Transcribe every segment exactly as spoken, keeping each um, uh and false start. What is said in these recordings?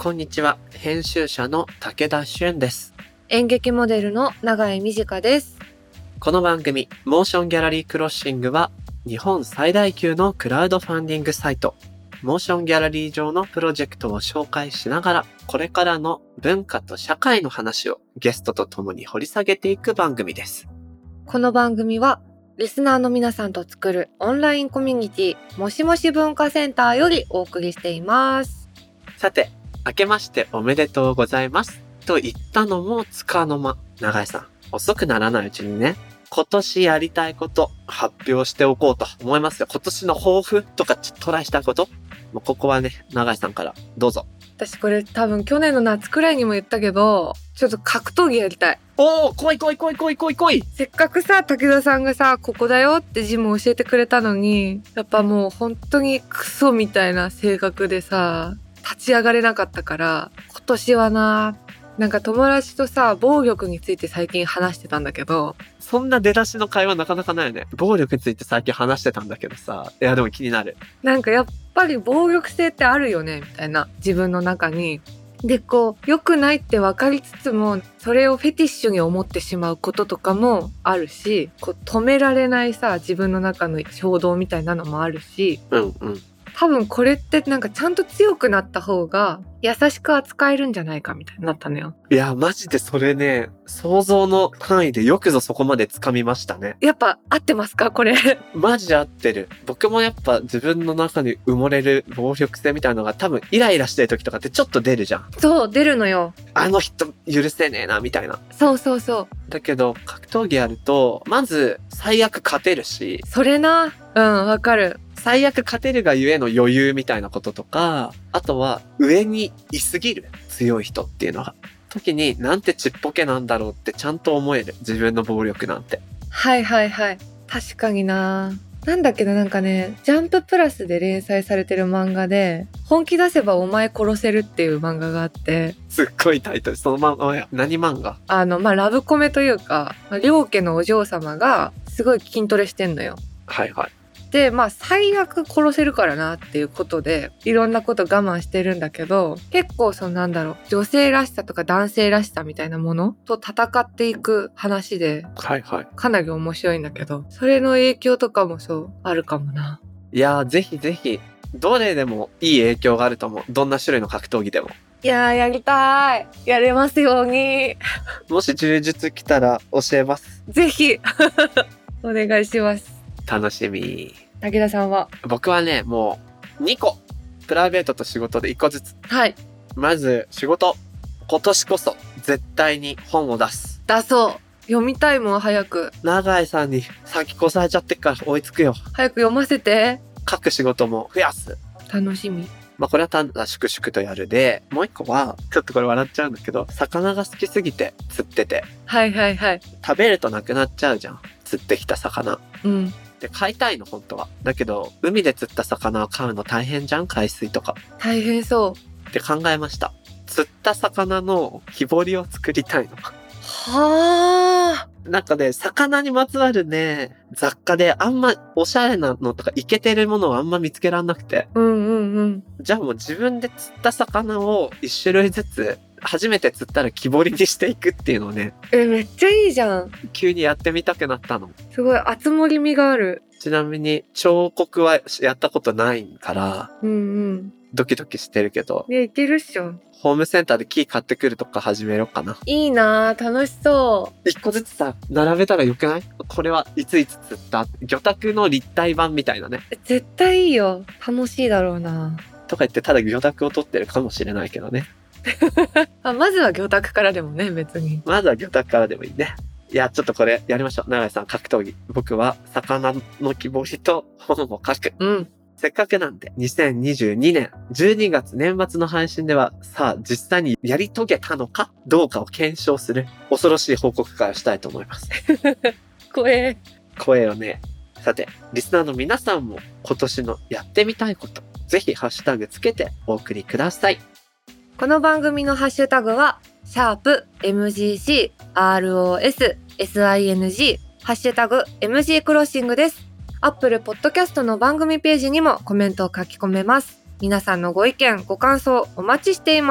こんにちは。編集者の武田俊です。 演劇モデルの永井美智香です。 この番組、モーションギャラリークロッシングは、日本最大級のクラウドファンディングサイト、モーションギャラリー上のプロジェクトを紹介しながら、これからの文化と社会の話をゲストと共に掘り下げていく番組です。 この番組は、リスナーの皆さんと作るオンラインコミュニティ、もしもし文化センターよりお送りしています。 さて、明けましておめでとうございます。と言ったのもつかの間。永井さん、遅くならないうちにね、今年やりたいこと発表しておこうと思いますよ。今年の抱負とかトライしたこと、もうここはね、永井さんからどうぞ。 私これ多分去年の夏くらいにも言ったけど、ちょっと格闘技やりたい。 おー、来い来い来い来い来い来い。 せっかくさ、武田さんがさ、ここだよってジム教えてくれたのに、やっぱもう本当にクソみたいな性格でさ、立ち上がれなかったから、今年はな、なんか友達とさ、暴力について最近話してたんだけど、 そんな出だしの会話なかなかないよね。暴力について最近話してたんだけどさ、いやでも気になる。 なんかやっぱり暴力性ってあるよねみたいな、自分の中に。でこう良くないって分かりつつも、それをフェティッシュに思ってしまうこととかもあるし、こう止められないさ、自分の中の衝動みたいなのもあるし、 うんうん。 多分これってなんかちゃんと強くなった方が優しく扱えるんじゃないかみたいになったのよ。 いやマジでそれね、想像の範囲でよくぞそこまで掴みましたね。 やっぱ合ってますかこれ。 マジで合ってる。僕もやっぱ自分の中に埋もれる暴力性みたいなのが多分イライラしてる時とかってちょっと出るじゃん。 そう出るのよ。 あの人許せねえなみたいな。 そうそうそう。 だけど格闘技やるとまず最悪勝てるし、 それな、うんわかる。 最悪勝てるがゆえの余裕みたいなこととか、あとは上にいすぎる強い人っていうのが時になんてちっぽけなんだろうってちゃんと思える、自分の暴力なんて。 はいはいはい、確かにな。なんだけどなんかね、ジャンププラスで連載されてる漫画で、本気出せばお前殺せるっていう漫画があって、 すっごいタイトル。その漫画や何漫画？ あのまあラブコメというか、まあ、両家のお嬢様がすごい筋トレしてんのよ。 はいはい。 でまあ最悪殺せるからなっていうことでいろんなこと我慢してるんだけど、結構そのなんだろう、女性らしさとか男性らしさみたいなものと戦っていく話で、 はいはい。 かなり面白いんだけど、それの影響とかもそうあるかもな。 いやーぜひぜひ、どれでもいい影響があると思う。どんな種類の格闘技でも。 いやーやりたい、やれますように。 もし柔術来たら教えます。 ぜひお願いします。 楽しみ。 武田さんは？ 僕はね、もうにこ、プライベートと仕事でいっこずつ。 はい。 まず仕事、今年こそ絶対に本を出す。 出そう。読みたいもん、早く。 永井さんに先越されちゃってっから追いつくよ。 早く読ませて。 書く仕事も増やす。 楽しみ。 まあこれは単なる粛々とやるで、もう一個はちょっとこれ笑っちゃうんだけど、魚が好きすぎて釣ってて、 はいはいはい。 食べるとなくなっちゃうじゃん、釣ってきた魚うん。 で、買いたいの本当は。だけど海で釣った魚を買うの大変じゃん、海水とか大変そうって考えました。釣った魚の木彫りを作りたいの。 はあ。 なんかね、魚にまつわるね、雑貨であんまおしゃれなのとかイケてるものをあんま見つけらんなくて。 うんうんうん。 じゃあもう自分で釣った魚を一種類ずつ、初めて釣ったら木彫りにしていくっていうのをね、 え、めっちゃいいじゃん。 急にやってみたくなったの。 すごい熱盛みがある。 ちなみに彫刻はやったことないから、 うんうん。 ドキドキしてるけど、 ね、いけるっしょ。 ホームセンターで木買ってくるとか始めようかな。 いいなぁ、楽しそ一個ずつさ、並べたらよくない？これはいついつ釣った？魚拓の立体版みたいなね。 う。絶対いいよ。楽しいだろうな。 とか言ってただ魚拓を取ってるかもしれないけどね。 あ、まずは魚拓からでもね、別に。 まずは魚拓からでもいいね。いや、ちょっとこれやりましょう。永井さん、格闘技。僕は魚の木彫りと本を書く。 うん。 せっかくなんで、にせんにじゅうにねんじゅうにがつ年末の配信では、さあ実際にやり遂げたのかどうかを検証する恐ろしい報告会をしたいと思います。 怖え。 声をね。さて、リスナーの皆さんも今年のやってみたいこと、ぜひハッシュタグつけてお送りください。 この番組のハッシュタグは、シャープ エムジーシー アールオーエス エスアイエヌジー ハッシュタグ エムジー クロッシングです。Apple Podcast の番組ページにもコメントを書き込めます。皆さんのご意見、ご感想お待ちしています。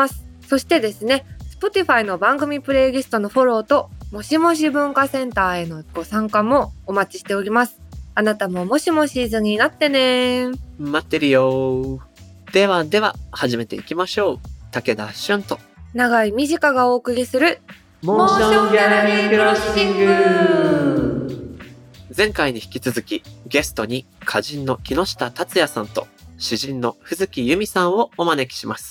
そしてですね、Spotify の番組プレイリストのフォローと、もしもし文化センターへのご参加もお待ちしております。あなたももしもしーずになってね。 待ってるよ。ではでは始めていきましょう。武田俊と長井美智香がお送りするモーションギャラリークロッシング。前回に引き続きゲストに歌人の木下達也さんと詩人の藤木由美さんをお招きします。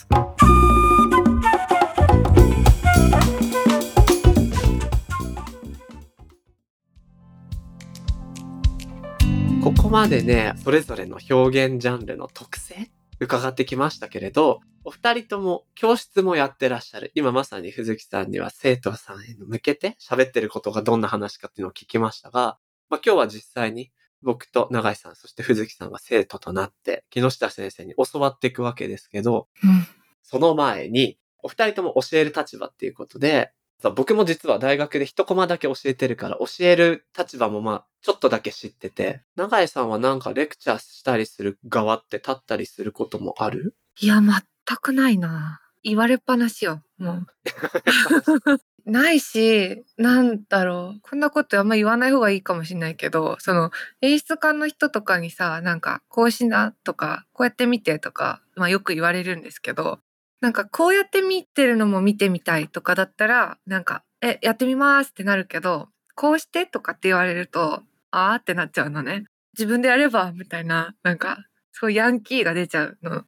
ここまでね、それぞれの表現ジャンルの特性伺ってきましたけれど、お二人とも教室もやってらっしゃる。今まさに藤木さんには生徒さんへ向けて喋ってることがどんな話かっていうのを聞きましたが、まあ、今日は実際に僕と永井さん、そして藤木さんが生徒となって木下先生に教わっていくわけですけど、 うん、 その前にお二人とも教える立場っていうことで、僕も実は大学で一コマだけ教えてるから教える立場もまあちょっとだけ知ってて、永井さんはなんかレクチャーしたりする側って立ったりすることもある？ いや、全くないな。言われっぱなしよ、もう。ないし、なんだろう。こんなことあんま言わない方がいいかもしれないけど、その演出家の人とかにさ、なんかこうしなとか、こうやってみてとか、まあよく言われるんですけど、なんかこうやって見てるのも見てみたいとかだったら、なんか、え、やってみますってなるけど、こうしてとかって言われると、あーってなっちゃうのね。自分でやればみたいな、なんか、そうヤンキーが出ちゃうの。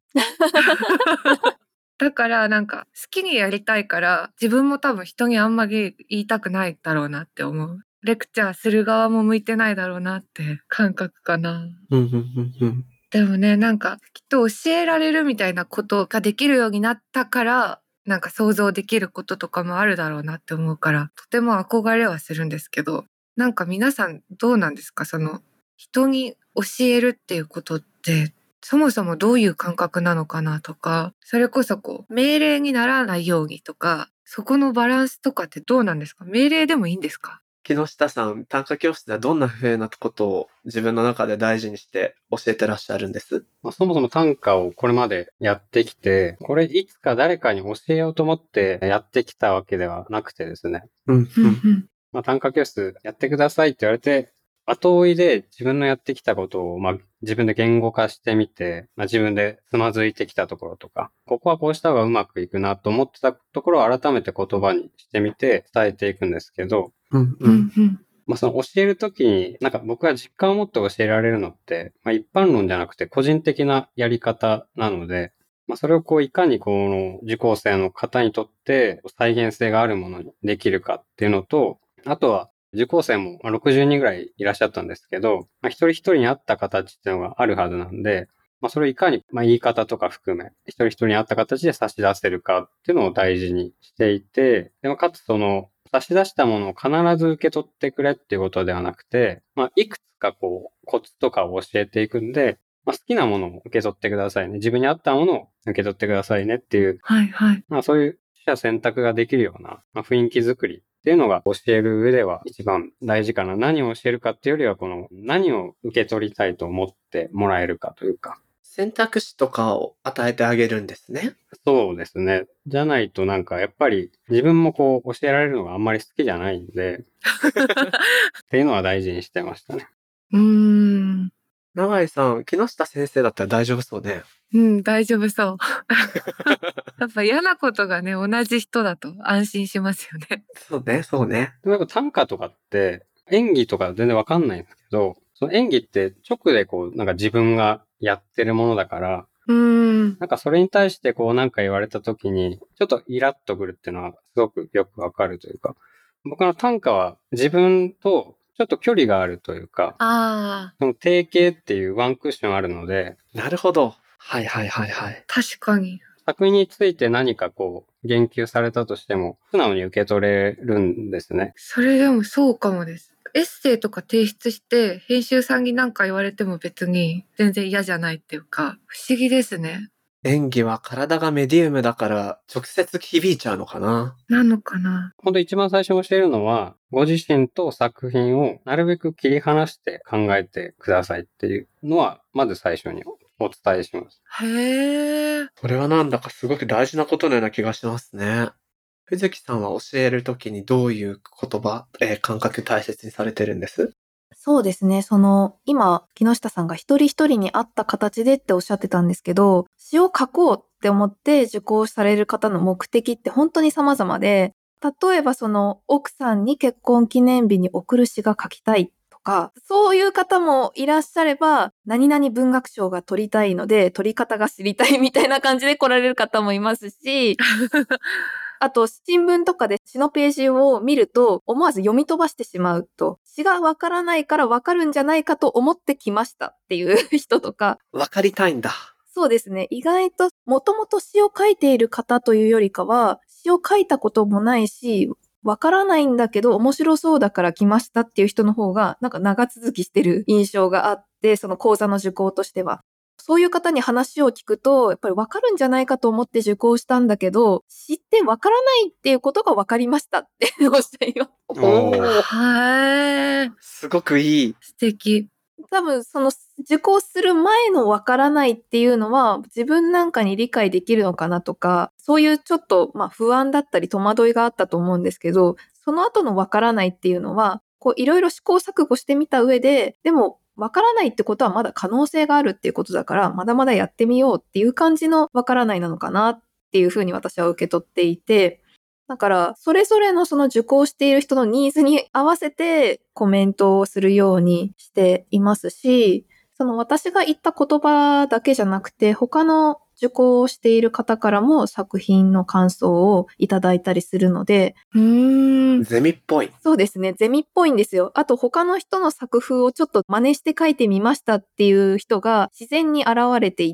だからなんか好きにやりたいから自分も多分人にあんまり言いたくないだろうなって思う。レクチャーする側も向いてないだろうなって感覚かな。 うんうんうんうん。 でもね、なんかきっと教えられるみたいなことができるようになったからなんか想像できることとかもあるだろうなって思うからとても憧れはするんですけど、なんか皆さんどうなんですか？その人に教えるっていうことってそもそもどういう感覚なのかなとか、それこそこう命令にならないようにとか、そこのバランスとかってどうなんですか？命令でもいいんですか？ 木下さん、短歌教室ではどんな風なことを自分の中で大事にして教えてらっしゃるんです？ まあ、そもそも短歌をこれまでやってきて、これいつか誰かに教えようと思ってやってきたわけではなくてですね。 うんうん。 まあ、短歌教室やってくださいって言われて、後追いで自分のやってきたことを、まあ、自分で言語化してみて、まあ、自分でつまずいてきたところとか、ここはこうした方がうまくいくなと思ってたところを改めて言葉にしてみて伝えていくんですけど、 うんう。 うんんうん。 まあ、その教えるときに、なんか僕が実感を持って教えられるのって、まあ、一般論じゃなくて個人的なやり方なので、まあ、それをこういかにこの受講生の方にとって再現性があるものにできるかっていうのと、あとは受講生もろくじゅうにんぐらいいらっしゃったんですけど、まあ、一人一人に合った形っていうのがあるはずなんで、まあ、それをいかに、まあ、言い方とか含め、一人一人に合った形で差し出せるかっていうのを大事にしていて、でもかつその、差し出したものを必ず受け取ってくれっていうことではなくて、まあ、いくつかこう、コツとかを教えていくんで、まあ、好きなものを受け取ってくださいね。自分に合ったものを受け取ってくださいねっていう、 はいはい。 まあ、そういう取捨選択ができるような、まあ、雰囲気づくりっていうのが教える上では一番大事かな。何を教えるかっていうよりは、この何を受け取りたいと思ってもらえるかというか。 選択肢とかを与えてあげるんですね。 そうですね。じゃないとなんかやっぱり自分もこう教えられるのがあんまり好きじゃないんで、っていうのは大事にしてましたね。 うーん。 永井さん、木下先生だったら大丈夫そうね。 うん、大丈夫そう。やっぱ嫌なことがね、同じ人だと安心しますよね。 そうね、そうね。 でもやっぱ短歌とかって演技とか全然わかんないんですけど、その演技って直でこうなんか自分がやってるものだから、 うーん。 なんかそれに対してこうなんか言われた時に、ちょっとイラッとくるっていうのはすごくよくわかるというか、僕の短歌は自分とちょっと距離があるというか、 ああ、 その定型っていうワンクッションあるので、 なるほど。はいはいはいはい。 確かに。 作品について何かこう言及されたとしても、素直に受け取れるんですね。 それでもそうかもです。エッセイとか提出して編集さんに何か言われても別に全然嫌じゃないっていうか、不思議ですね。 演技は体がメディウムだから直接響いちゃうのかな。 なのかな。 本当一番最初に教えるのは、ご自身と作品をなるべく切り離して考えてくださいっていうのは、まず最初にお伝えします。 へえ。 これはなんだかすごく大事なことのような気がしますね。藤木さんは教えるときにどういう言葉、えー感覚大切にされてるんです？ そうですね。その、今、木下さんが一人一人に合った形でっておっしゃってたんですけど、詩を書こうって思って受講される方の目的って本当に様々で、例えばその、奥さんに結婚記念日に送る詩が書きたいとか、そういう方もいらっしゃれば、何々文学賞が取りたいので、取り方が知りたいみたいな感じで来られる方もいますし、あと、新聞とかで詩のページを見ると、思わず読み飛ばしてしまうと、詩がわからないからわかるんじゃないかと思ってきましたっていう人とか、 わかりたいんだ。 そうですね。意外と、もともと詩を書いている方というよりかは、詩を書いたこともないし、わからないんだけど面白そうだから来ましたっていう人の方が、なんか長続きしてる印象があって、その講座の受講としては。そういう方に話を聞くと、やっぱりわかるんじゃないかと思って受講したんだけど、知ってわからないっていうことがわかりましたっておっしゃいます。 おおー、 へえ。 すごくいい。 素敵。 多分その受講する前のわからないっていうのは自分なんかに理解できるのかなとか、そういうちょっとまあ不安だったり戸惑いがあったと思うんですけど、その後のわからないっていうのは、こういろいろ試行錯誤してみた上で、でもわからないってことはまだ可能性があるっていうことだから、まだまだやってみようっていう感じのわからないなのかなっていうふうに私は受け取っていて、だから、それぞれのその受講している人のニーズに合わせてコメントをするようにしていますし、その私が言った言葉だけじゃなくて、他の受講をしている方からも作品の感想をいただいたりするので、 うーん。 ゼミっぽい。 そうですね、ゼミっぽいんですよ。あと他の人の作風をちょっと真似して書いてみましたっていう人が自然に現れていって、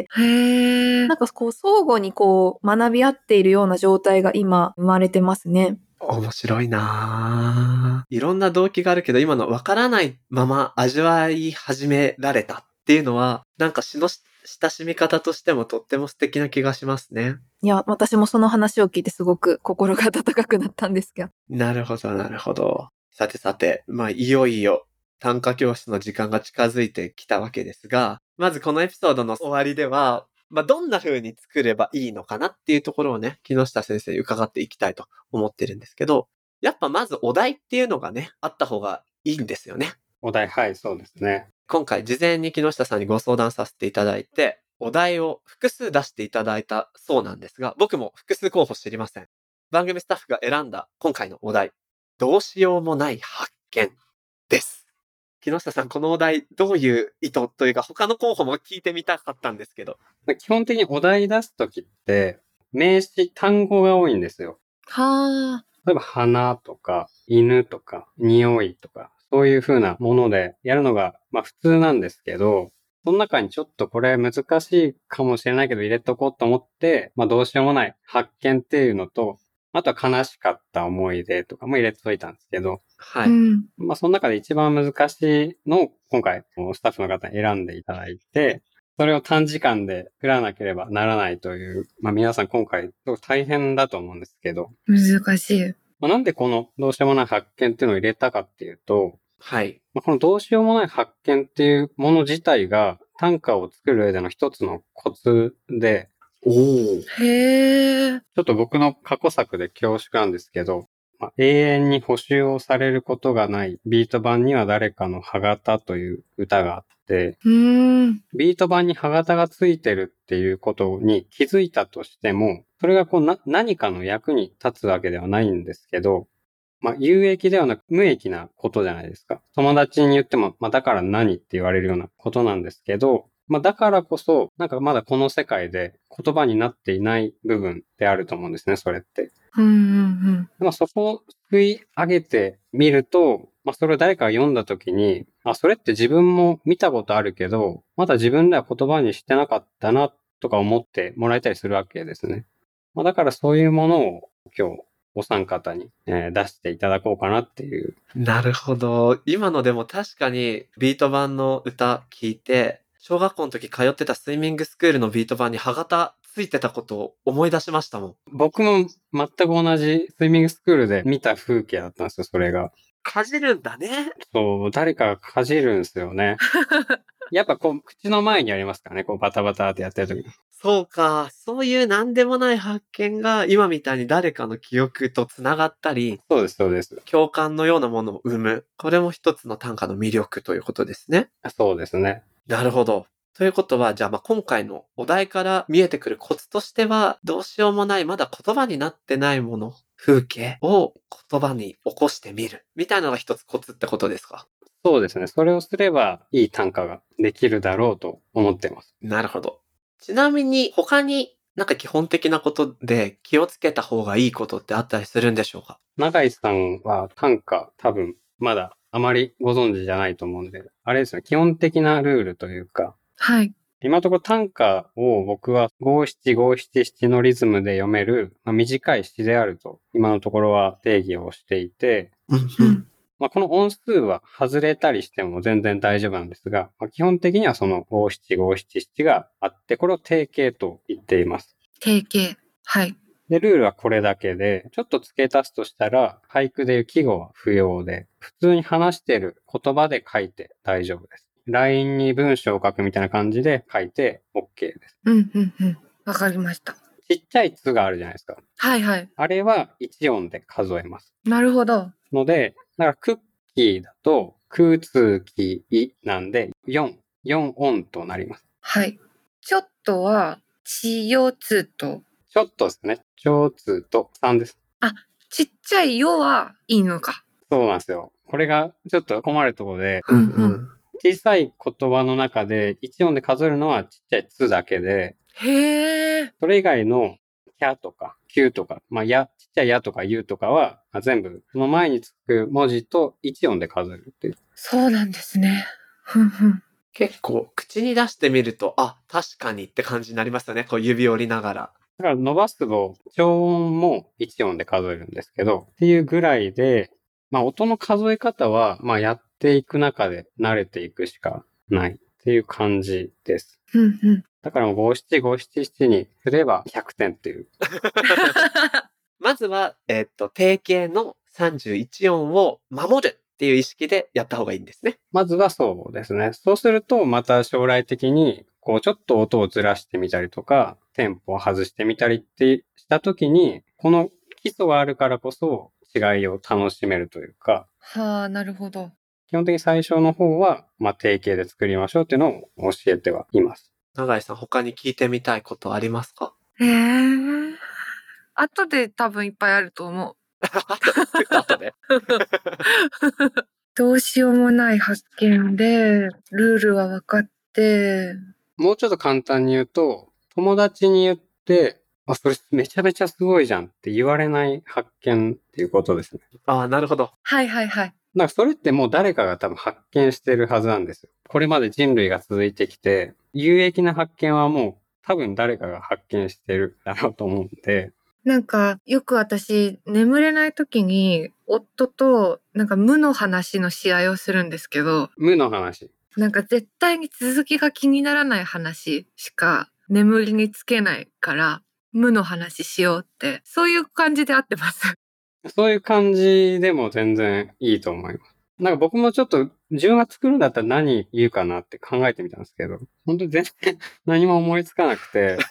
へえ。 なんかこう相互にこう学び合っているような状態が今生まれてますね。 面白いなぁ。いろんな動機があるけど、今のわからないまま味わい始められたっていうのは、なんか詩の親しみ方としてもとっても素敵な気がしますね。 いや、私もその話を聞いてすごく心が温かくなったんですが。 なるほど、なるほど。さてさて、まあ、いよいよ短歌教室の時間が近づいてきたわけですが、まずこのエピソードの終わりでは、まあ、どんな風に作ればいいのかなっていうところをね、木下先生に伺っていきたいと思ってるんですけど、やっぱまずお題っていうのがね、あった方がいいんですよね。 お題、はい、そうですね。 今回事前に木下さんにご相談させていただいて、お題を複数出していただいたそうなんですが、僕も複数候補知りません。番組スタッフが選んだ今回のお題、どうしようもない発見です。木下さん、このお題、どういう意図というか、他の候補も聞いてみたかったんですけど。 基本的にお題出すときって、名詞、単語が多いんですよ。 はあ。 例えば、花とか、犬とか、匂いとか、そういう風なものでやるのが、まあ普通なんですけど、その中にちょっとこれ難しいかもしれないけど入れとこうと思って、まあどうしようもない発見っていうのと、あとは悲しかった思い出とかも入れといたんですけど、 はい。 うん。 まあその中で一番難しいのを今回スタッフの方に選んでいただいて、それを短時間で振らなければならないという、まあ皆さん今回すごく大変だと思うんですけど、 難しい。 まあ、なんでこのどうしようもない発見っていうのを入れたかっていうと、 はい。 まあ、このどうしようもない発見っていうもの自体が短歌を作る上での一つのコツで、 おー。 へえ。 ちょっと僕の過去作で恐縮なんですけど、まあ、永遠に補修をされることがないビート板には誰かの歯型という歌があって、 うーん。 ビート板に歯型がついてるっていうことに気づいたとしても、それがこうな何かの役に立つわけではないんですけど、まあ、有益ではなく無益なことじゃないですか。友達に言っても、まあ、だから何って言われるようなことなんですけど、まあ、だからこそ、なんかまだこの世界で言葉になっていない部分であると思うんですね、それって。 うんうんまあ、そこを救い上げてみると、まあ、それを誰かが読んだ時に、あ、それって自分も見たことあるけど、まだ自分では言葉にしてなかったな、とか思ってもらえたりするわけですね。まあ、だからそういうものを今日、お三方に、えー出していただこうかなっていう。 なるほど。今のでも確かにビート版の歌聞いて、小学校の時通ってたスイミングスクールのビート版に歯型ついてたことを思い出しましたもん。 僕も全く同じスイミングスクールで見た風景だったんですよ、それが。 かじるんだね。 そう、誰かがかじるんですよね。 やっぱこう、口の前にありますからね、こうバタバタってやってる時に。 そうか。そういう何でもない発見が今みたいに誰かの記憶とつながったり、 そうです、そうです。 共感のようなものを生む。これも一つの短歌の魅力ということですね。 そうですね。 なるほど。ということは、じゃあまあ今回のお題から見えてくるコツとしては、どうしようもない、まだ言葉になってないもの、風景を言葉に起こしてみる。みたいなのが一つコツってことですか？ そうですね。それをすればいい短歌ができるだろうと思ってます。 なるほど。ちなみに他になんか基本的なことで気をつけた方がいいことってあったりするんでしょうか？ 永井さんは短歌多分まだあまりご存知じゃないと思うんで、あれですね、基本的なルールというか、 はい。 今のところ短歌を僕は五七五七七のリズムで読める、まあ、短い詩であると今のところは定義をしていて、 うんうん。 まあ、この音数は外れたりしても全然大丈夫なんですが、まあ、基本的にはその五七五七七があって、これを定型と言っています。 定型。はい。 で、ルールはこれだけで、ちょっと付け足すとしたら、俳句でいう季語は不要で、普通に話している言葉で書いて大丈夫です。ライン に文章を書くみたいな感じで書いて OK です。 うんうんうん。わかりました。 ちっちゃいつがあるじゃないですか。 はいはい。 あれはいち音で数えます。 なるほど。 ので、だからクッキーだと、くつきいなんで、よん、よん音となります。 はい。ちょっとは、ちよつと、 ちょっとですね。ちょつとさんです。 ちっちゃいよはいいのか。 そうなんですよ。これがちょっと困るところで、 うんうん。 小さい言葉の中でいち音で数えるのはちっちゃいつだけで、 へえ。 それ以外のキャとかキューとか、まあや、ちっちゃいやとかユーとかは、まあ全部その前につく文字といち音で数えるっていう。 そうなんですね。ふんふん。 結構口に出してみると、あ、確かにって感じになりますよね。こう指折りながら。 だから伸ばすと長音もいち音で数えるんですけど、っていうぐらいで、まあ音の数え方は、まあやっていく中で慣れていくしかないっていう感じです。 ふんふん。 だからもう五七五七七にすればひゃくてんっていう。 まずは、えっと、定型のさんじゅういち音を守るっていう意識でやった方がいいんですね。 まずはそうですね。そうするとまた将来的にこうちょっと音をずらしてみたりとか、テンポを外してみたりってしたときに、この基礎があるからこそ違いを楽しめるというか、 はあ、なるほど。 基本的に最初の方は、まあ、定型で作りましょうっていうのを教えてはいます。 永井さん、他に聞いてみたいことありますか？ へえ。後で多分いっぱいあると思う。 後で。 どうしようもない発見で、ルールは分かって、 もうちょっと簡単に言うと、友達に言って、あ、それめちゃめちゃすごいじゃんって言われない発見っていうことですね。 ああ、なるほど。 はいはいはい。 だからそれってもう誰かが多分発見してるはずなんですよ。これまで人類が続いてきて、有益な発見はもう多分誰かが発見してるだろうと思うんで、 なんか、よく私、眠れない時に、夫と、なんか無の話の試合をするんですけど、 無の話。 なんか絶対に続きが気にならない話しか眠りにつけないから、無の話しようって、そういう感じで合ってます。 そういう感じでも全然いいと思います。なんか僕もちょっと順話作るんだったら何言うかなって考えてみたんですけど、本当に全然何も思いつかなくて、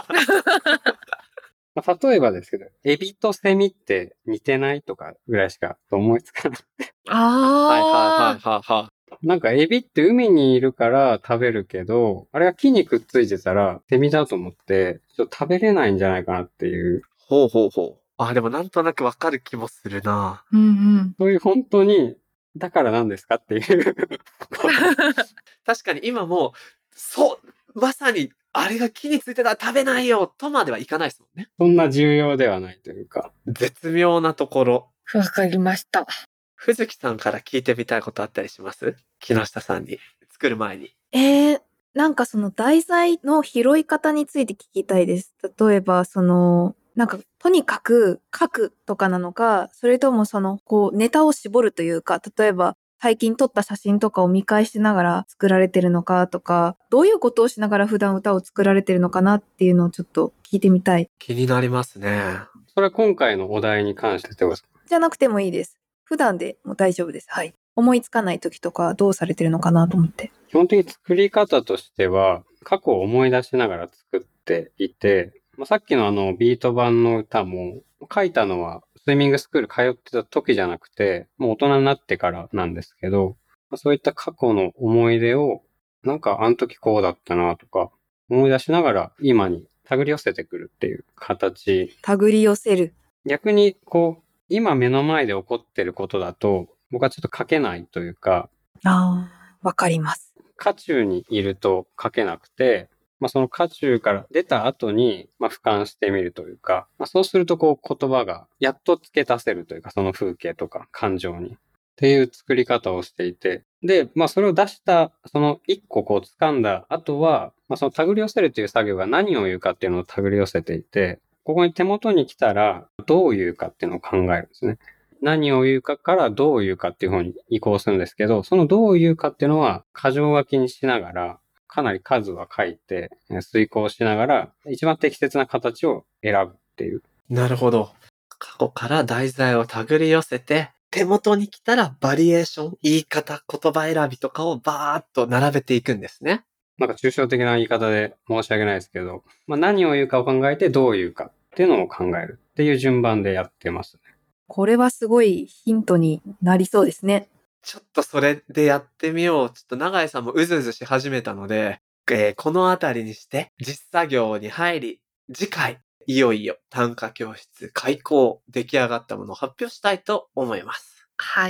まあ、例えばですけど、エビとセミって似てないとかぐらいしか思いつかない。 はいはいはいああ、 はいはなんかエビって海にいるから食べるけど、あれが木にくっついてたらセミだと思って、ちょっと食べれないんじゃないかなっていう、 い。ほうほうほう。あ、でもなんとなくわかる気もするな。 うんうん。 そういう本当に、だから何ですかっていうこと。 確かに今も、そう、まさに、あれが木についてたら食べないよとまではいかないですもんね。 そんな重要ではないというか。 絶妙なところ。 わかりました。 藤木さんから聞いてみたいことあったりします？木下さんに。作る前に。 えー、なんかその題材の拾い方について聞きたいです。例えば、その、なんか、とにかく書くとかなのか、それともその、こう、ネタを絞るというか、例えば、最近撮った写真とかを見返しながら作られてるのかとか、どういうことをしながら普段歌を作られてるのかなっていうのをちょっと聞いてみたい。 気になりますね。 それは今回のお題に関してってことですか？ じゃなくてもいいです。普段でも大丈夫です。はい。 思いつかない時とかどうされてるのかなと思って。 基本的に作り方としては、過去を思い出しながら作っていて、まあ、さっきのあのビート版の歌も書いたのはスイミングスクール通ってた時じゃなくて、もう大人になってからなんですけど、まあ、そういった過去の思い出をなんかあの時こうだったなとか思い出しながら今に手繰り寄せてくるっていう形。 手繰り寄せる。 逆にこう今目の前で起こってることだと僕はちょっと書けないというか、 ああ、わかります。 渦中にいると書けなくて、まあ、その渦中から出た後に、まあ、俯瞰してみるというか、まあ、そうするとこう言葉がやっと付け足せるというか、その風景とか感情にっていう作り方をしていて、で、まあそれを出した、その一個こう掴んだ後は、まあその手繰り寄せるという作業が何を言うかっていうのを手繰り寄せていて、ここに手元に来たらどう言うかっていうのを考えるんですね。何を言うかからどう言うかっていう方に移行するんですけど、そのどう言うかっていうのは箇条書きにしながら、かなり数は書いて、遂行しながら、一番適切な形を選ぶっていう。 なるほど。過去から題材を手繰り寄せて、手元に来たらバリエーション、言い方、言葉選びとかをバーッと並べていくんですね。 なんか抽象的な言い方で申し訳ないですけど、まあ、何を言うかを考えてどう言うかっていうのを考えるっていう順番でやってますね。 これはすごいヒントになりそうですね。 ちょっとそれでやってみよう。ちょっと永井さんもうずうずし始めたので、えー、このあたりにして実作業に入り、次回、いよいよ短歌教室開講、出来上がったものを発表したいと思います。 はい。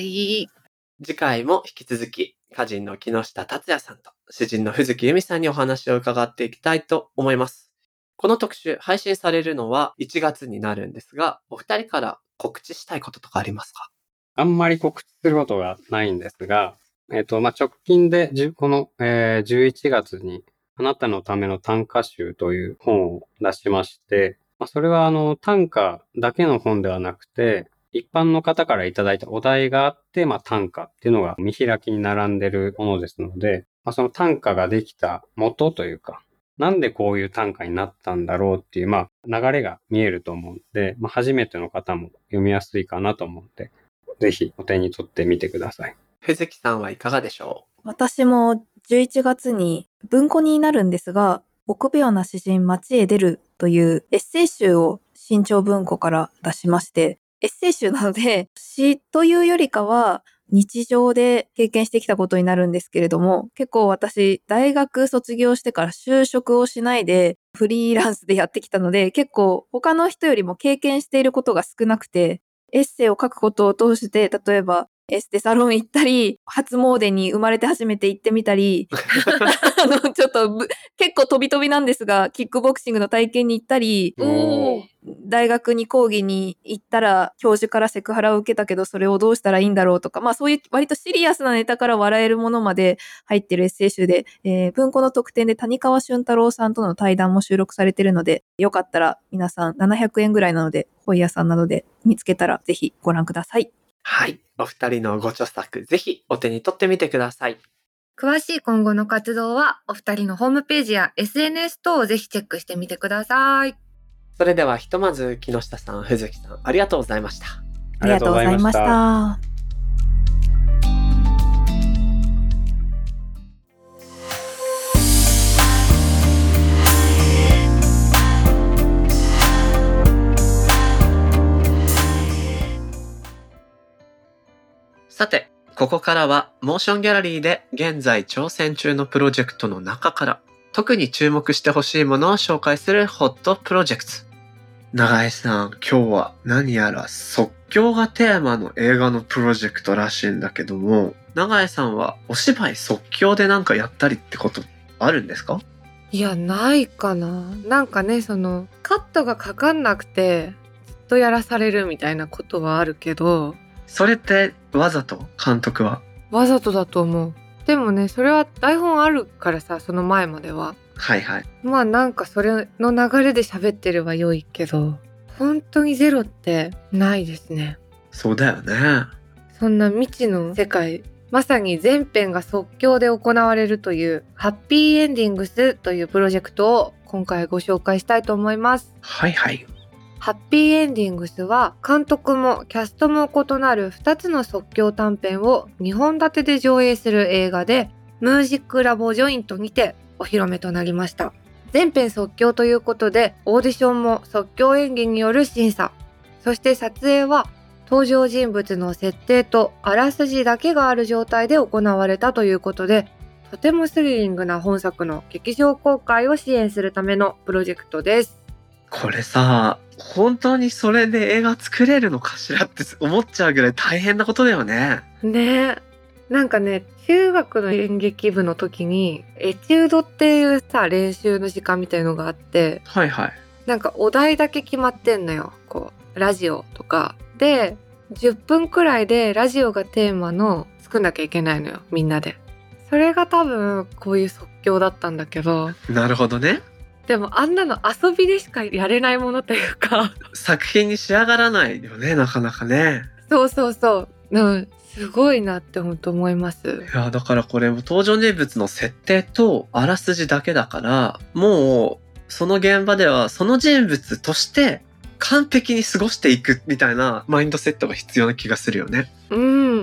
次回も引き続き、歌人の木下達也さんと詩人の藤木由美さんにお話を伺っていきたいと思います。この特集配信されるのはいちがつになるんですが、お二人から告知したいこととかありますか？ あんまり告知することがないんですが、えっと、まあ、直近でじゅこの、えー、じゅういちがつにあなたのための短歌集という本を出しまして、まあ、それはあの短歌だけの本ではなくて、一般の方からいただいたお題があって、まあ、短歌っていうのが見開きに並んでるものですので、まあ、その短歌ができた元というか、なんでこういう短歌になったんだろうっていう、まあ、流れが見えると思うんで、まあ、初めての方も読みやすいかなと思うんで、ぜひお手に取ってみてください。 藤木さんはいかがでしょう？ 私もじゅういちがつに文庫になるんですが、臆病な詩人街へ出るというエッセイ集を新潮文庫から出しまして、エッセイ集なので詩というよりかは日常で経験してきたことになるんですけれども、結構私大学卒業してから就職をしないでフリーランスでやってきたので、結構他の人よりも経験していることが少なくて、エッセイを書くことを通して、例えばエステサロン行ったり、初詣に生まれて初めて行ってみたり、あの、ちょっとぶ結構飛び飛びなんですが、キックボクシングの体験に行ったり、 おー。 大学に講義に行ったら教授からセクハラを受けたけどそれをどうしたらいいんだろうとか、まあそういう割とシリアスなネタから笑えるものまで入ってるエッセイ集で、えー、文庫の特典で谷川俊太郎さんとの対談も収録されているので、よかったら皆さんななひゃくえんぐらいなので本屋さんなどで見つけたらぜひご覧ください。 はい。お二人のご著作、ぜひお手に取ってみてください。 詳しい今後の活動はお二人のホームページや エスエヌエス 等をぜひチェックしてみてください。 それではひとまず木下さん、藤木さん、ありがとうございました。 ありがとうございました。 さて、ここからはモーションギャラリーで現在挑戦中のプロジェクトの中から特に注目してほしいものを紹介するホットプロジェクト。永井さん、今日は何やら即興がテーマの映画のプロジェクトらしいんだけども、永井さんはお芝居即興でなんかやったりってことあるんですか？ いや、ないかな。なんかね、そのカットがかかんなくてずっとやらされるみたいなことはあるけど、 それってわざと監督は？ わざとだと思う。でもね、それは台本あるからさ、その前までは。 はいはい。 まあなんかそれの流れで喋ってれば良いけど、本当にゼロってないですね。 そうだよね。 そんな未知の世界、まさに全編が即興で行われるというハッピーエンディングスというプロジェクトを今回ご紹介したいと思います。 はいはい。 ハッピーエンディングスは監督もキャストも異なるふたつの即興短編をにほん立てで上映する映画で、ムージックラボジョイントにてお披露目となりました。全編即興ということで、オーディションも即興演技による審査、そして撮影は登場人物の設定とあらすじだけがある状態で行われたということで、とてもスリリングな本作の劇場公開を支援するためのプロジェクトです。 これさ、本当にそれで映画作れるのかしらって思っちゃうぐらい大変なことだよね。 ねえ。なんかね、中学の演劇部の時にエチュードっていうさ、練習の時間みたいのがあって、 はいはい。 なんかお題だけ決まってんのよ。こう、ラジオとか。で、じゅっぷんくらいでラジオがテーマの作んなきゃいけないのよ、みんなで。それが多分こういう即興だったんだけど。 なるほどね。 でもあんなの遊びでしかやれないものというか作品に仕上がらないよね、なかなかね。 そうそうそう。うん、すごいなって本当思います。 いや、だからこれ登場人物の設定とあらすじだけだから、もうその現場ではその人物として完璧に過ごしていくみたいなマインドセットが必要な気がするよね。 うん、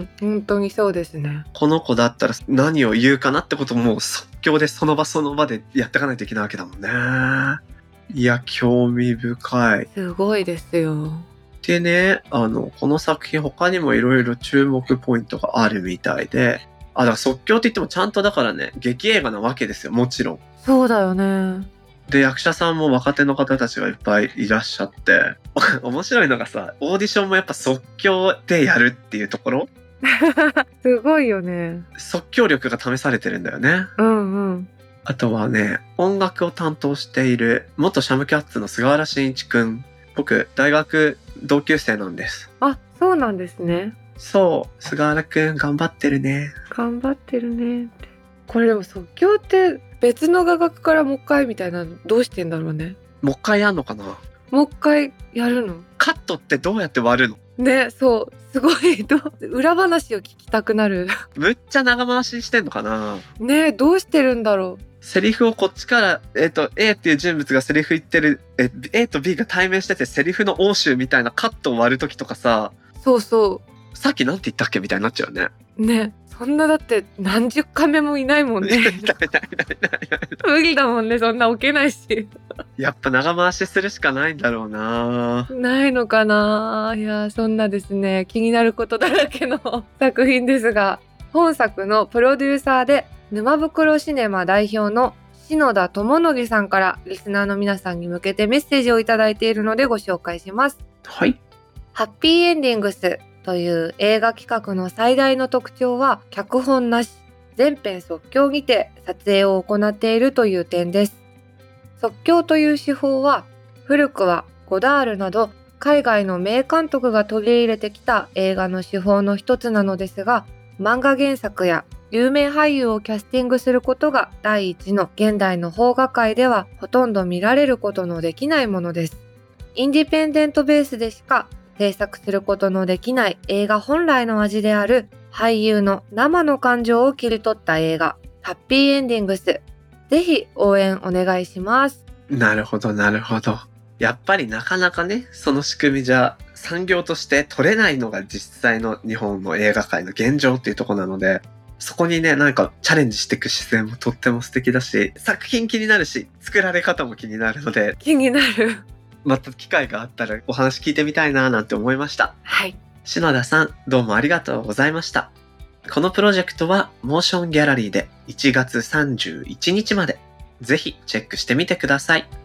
本当にそうですね。 この子だったら何を言うかなってことも即興でその場その場でやっていかないといけないわけだもんね。いや、興味深い。 すごいですよ。 でね、あの、この作品他にもいろいろ注目ポイントがあるみたいで、あ、だから即興って言ってもちゃんとだからね、劇映画なわけですよ、もちろん。 そうだよね。 で、役者さんも若手の方たちがいっぱいいらっしゃって、面白いのがさ、オーディションもやっぱ即興でやるっていうところすごいよね。 即興力が試されてるんだよね。 うんうん。 あとはね、音楽を担当している元シャムキャッツの菅原慎一くん。僕、大学同級生なんです。 あ、そうなんですね。 そう、菅原くん頑張ってるね。 頑張ってるねって。これでも即興って別の画角からもう一回みたいなのどうしてんだろうね。 もう一回やんのかな？ もう一回やるの？ カットってどうやって割るの？ ね、そう。すごいど裏話を聞きたくなる。 むっちゃ長回ししてんのかな？ ね、どうしてるんだろう。 セリフをこっちから、えっと、A っていう人物がセリフ言ってる、え、A と B が対面しててセリフの応酬みたいなカットを割るときとかさ、 そうそさっきなんて言ったっけみたいになっちゃうね。 う。ね、そんなだって何十カメもいないもんね。無理だもんね、そんな置けないし。 やっぱ長回しするしかないんだろうな。 ないのかな。いや、そんなですね、気になることだらけの作品ですが、本作のプロデューサーで沼袋シネマ代表の篠田智則さんからリスナーの皆さんに向けてメッセージをいただいているのでご紹介します。 はい。 ハッピーエンディングスという映画企画の最大の特徴は脚本なし、全編即興にて撮影を行っているという点です。即興という手法は古くはゴダールなど海外の名監督が取り入れてきた映画の手法の一つなのですが、漫画原作や有名俳優をキャスティングすることが第一の現代の邦画界ではほとんど見られることのできないものです。インディペンデントベースでしか制作することのできない映画本来の味である俳優の生の感情を切り取った映画ハッピーエンディングス。ぜひ応援お願いします。 なるほど、なるほど。やっぱりなかなかね、その仕組みじゃ産業として取れないのが実際の日本の映画界の現状っていうところなので、そこにね、なんかチャレンジしていく姿勢もとっても素敵だし、作品気になるし、作られ方も気になるので、 気になる。 また機会があったらお話聞いてみたいななんて思いました。 はい。 篠田さん、どうもありがとうございました。このプロジェクトはモーションギャラリーでいちがつさんじゅういちにちまで、ぜひチェックしてみてください。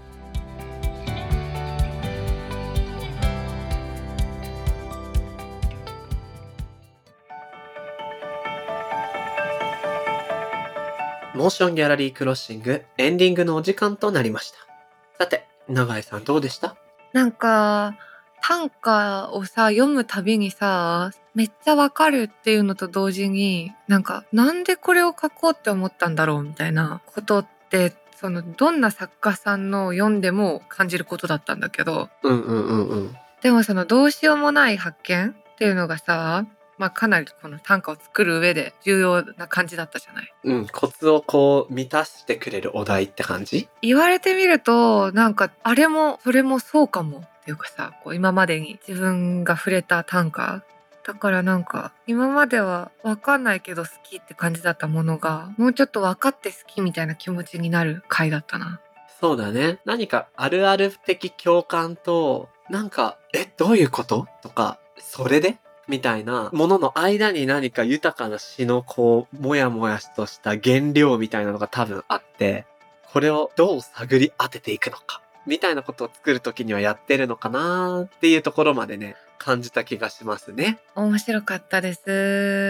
モーションギャラリークロッシングエンディングのお時間となりました。さて、永井さんどうでした？ なんか短歌をさ読むたびにさ、めっちゃわかるっていうのと同時に、なんかなんでこれを書こうって思ったんだろうみたいなことって、そのどんな作家さんの読んでも感じることだったんだけど、 うんうんうんうん。 でもそのどうしようもない発見っていうのがさ、まあかなりこの短歌を作る上で重要な感じだったじゃない。 うん、コツをこう満たしてくれるお題って感じ？ 言われてみると、なんかあれもそれもそうかもっっていうかさ、こう今までに自分が触れた短歌だからなんか今までは分かんないけど好きって感じだったものがもうちょっと分かって好きみたいな気持ちになる回だったな。 そうだね。何かあるある的共感と、なんか、え、どういうこととか、それでみたいなものの間に何か豊かな詩のこう、もやもやとした原料みたいなのが多分あって、これをどう探り当てていくのか、みたいなことを作るときにはやってるのかなっていうところまでね、感じた気がしますね。 面白かったです。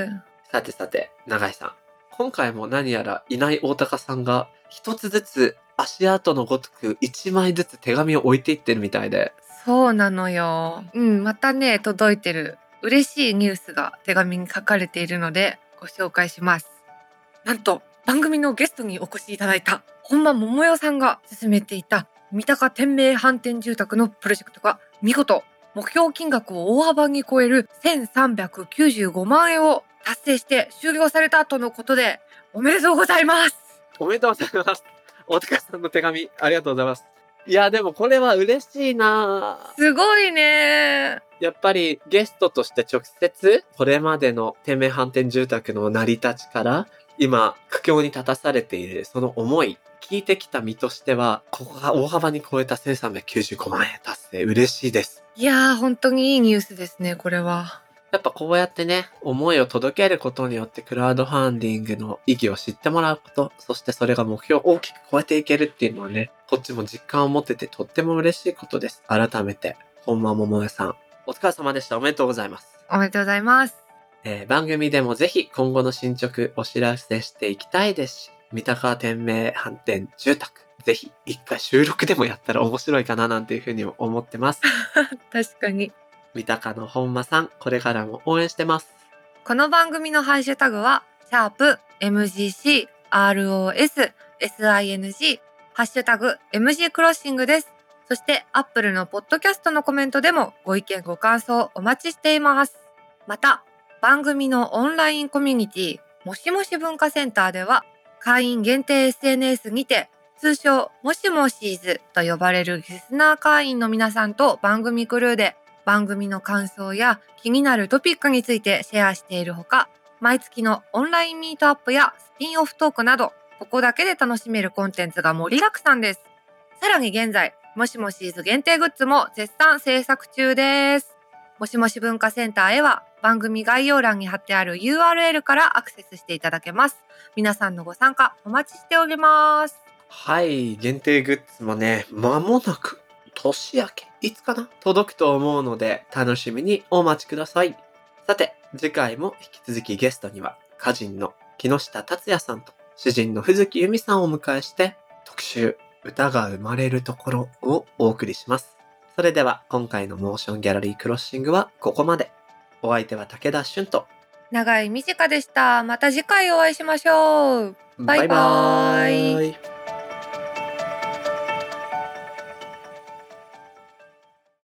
さてさて、永井さん。今回も何やらいない大高さんが一つずつ足跡のごとく一枚ずつ手紙を置いていってるみたいで。 そうなのよ。うん、またね、届いてる嬉しいニュースが手紙に書かれているのでご紹介します。なんと番組のゲストにお越しいただいた本間桃代さんが進めていた三鷹天明反転住宅のプロジェクトが見事目標金額を大幅に超えるせんさんびゃくきゅうじゅうごまんえんを達成して終了されたとのことで、おめでとうございます。 おめでとうございます。大高さんの手紙ありがとうございます。いや、でもこれは嬉しいな。 すごいね。 やっぱりゲストとして直接これまでの天明反転住宅の成り立ちから今苦境に立たされているその思い聞いてきた身としては、ここが大幅に超えたせんさんびゃくきゅうじゅうごまんえん達成嬉しいです。 いやー本当にいいニュースですね、これは。 やっぱこうやってね、思いを届けることによってクラウドファンディングの意義を知ってもらうこと、そしてそれが目標を大きく超えていけるっていうのはね、こっちも実感を持っててとっても嬉しいことです。改めて、本間桃江さん、お疲れ様でした。おめでとうございます。 おめでとうございます。 えー、番組でもぜひ今後の進捗お知らせしていきたいですし、三鷹天明反転住宅、ぜひ一回収録でもやったら面白いかななんていうふうにも思ってます。 確かに。 三鷹の本間さん、これからも応援してます。 この番組のハッシュタグは、シャープ エムジーシー アールオーエス エスアイエヌジー ハッシュタグ エムジー クロッシングです。そしてアップルのポッドキャストのコメントでもご意見ご感想お待ちしています。また、番組のオンラインコミュニティ、もしもし文化センターでは、会員限定 エスエヌエス にて、通称もしもしーずと呼ばれるリスナー会員の皆さんと番組クルーで、番組の感想や気になるトピックについてシェアしているほか、毎月のオンラインミートアップやスピンオフトークなど、ここだけで楽しめるコンテンツが盛りだくさんです。さらに現在、もしもしーず限定グッズも絶賛制作中です。もしもし文化センターへは番組概要欄に貼ってある ユーアールエル からアクセスしていただけます。皆さんのご参加お待ちしております。 はい、限定グッズもね、間もなく年明けいつかな届くと思うので楽しみにお待ちください。さて、次回も引き続きゲストには歌人の木下達也さんと詩人の藤木由美さんをお迎えして特集歌が生まれるところをお送りします。それでは今回のモーションギャラリークロッシングはここまで。お相手は武田俊と長井美智香でした。また次回お会いしましょう。バイバーイ。 バイバーイ。